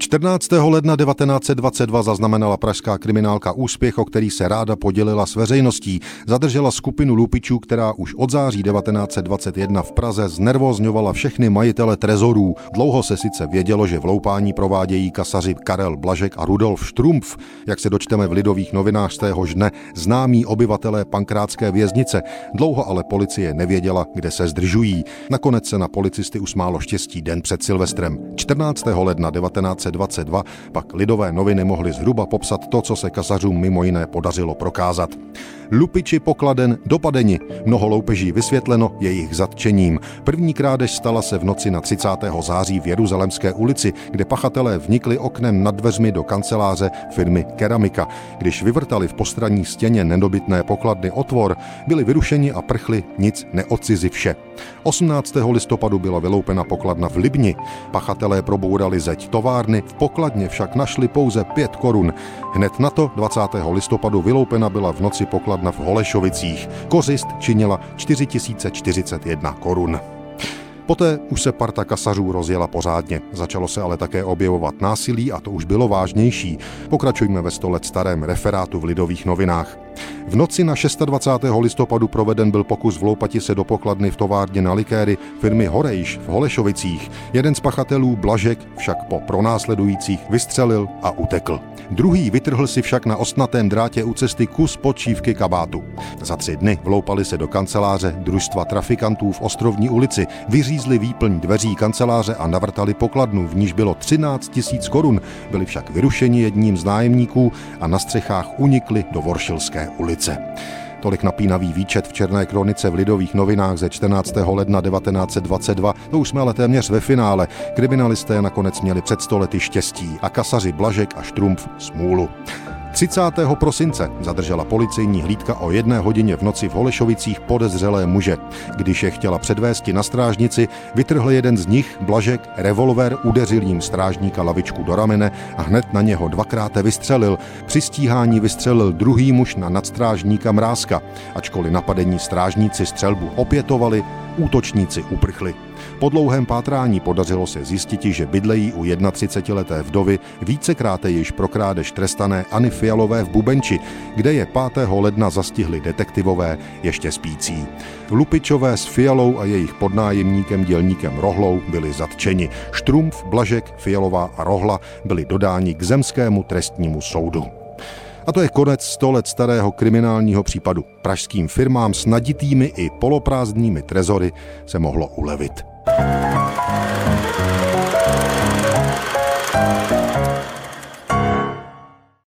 14. ledna 1922 zaznamenala pražská kriminálka úspěch, o který se ráda podělila s veřejností. Zadržela skupinu lupičů, která už od září 1921 v Praze znervózňovala všechny majitele trezorů. Dlouho se sice vědělo, že vloupání provádějí kasaři Karel Blažek a Rudolf Štrumpf, jak se dočteme v Lidových novinách z téhož dne, známí obyvatelé Pankrátské věznice. Dlouho ale policie nevěděla, kde se zdržují. Nakonec se na policisty usmálo štěstí den před Silvestrem. 14. ledna 1922 pak Lidové noviny mohly zhruba popsat to, co se kasařům mimo jiné podařilo prokázat. Lupiči pokladen dopadeni, mnoho loupeží vysvětleno jejich zatčením. První krádež stala se v noci na 30. září v Jeruzalémské ulici, kde pachatelé vnikli oknem nad dveřmi do kanceláře firmy Keramika. Když vyvrtali v postranní stěně nedobytné pokladny otvor, byli vyrušeni a prchli, nic neodcizivše. 18. listopadu byla vyloupena pokladna v Libni. Pachatelé probourali zeď továrny, v pokladně však našli pouze 5 korun. Hned na to 20. listopadu vyloupena byla v noci pokladna v Holešovicích. Kořist činila 4041 korun. Poté už se parta kasařů rozjela pořádně. Začalo se ale také objevovat násilí a to už bylo vážnější. Pokračujme ve 100 let starém referátu v Lidových novinách. V noci na 26. listopadu proveden byl pokus vloupati se do pokladny v továrně na likéry firmy Horejš v Holešovicích. Jeden z pachatelů, Blažek, však po pronásledujících vystřelil a utekl. Druhý vytrhl si však na ostnatém drátě u cesty kus podšívky kabátu. Za 3 dny vloupali se do kanceláře družstva trafikantů v Ostrovní ulici, vyřízli výplň dveří kanceláře a navrtali pokladnu, v níž bylo 13 000 korun. Byli však vyrušeni jedním z nájemníků a na střechách unikli do Voršilské ulice. Tolik napínavý výčet v černé kronice v Lidových novinách ze 14. ledna 1922. To už jsme ale téměř ve finále. Kriminalisté nakonec měli před 100 lety štěstí a kasaři Blažek a Štrumpf smůlu. 30. prosince zadržela policejní hlídka o 1 hodině v noci v Holešovicích podezřelé muže. Když je chtěla předvésti na strážnici, vytrhl jeden z nich, Blažek, revolver, udeřil jim strážníka lavičku do ramene a hned na něho 2krát vystřelil. Při stíhání vystřelil druhý muž na nadstrážníka Mrázka. Ačkoliv napadení strážníci střelbu opětovali, útočníci uprchli. Po dlouhém pátrání podařilo se zjistiti, že bydlejí u 31leté vdovy vícekráte již pro krádež trestané Anny Fialové v Bubenči, kde je 5. ledna zastihli detektivové ještě spící. Lupičové s Fialou a jejich podnájemníkem dělníkem Rohlou byli zatčeni. Štrumpf, Blažek, Fialová a Rohla byli dodáni k zemskému trestnímu soudu. A to je konec 100 let starého kriminálního případu. Pražským firmám s naditými i poloprázdnými trezory se mohlo ulevit.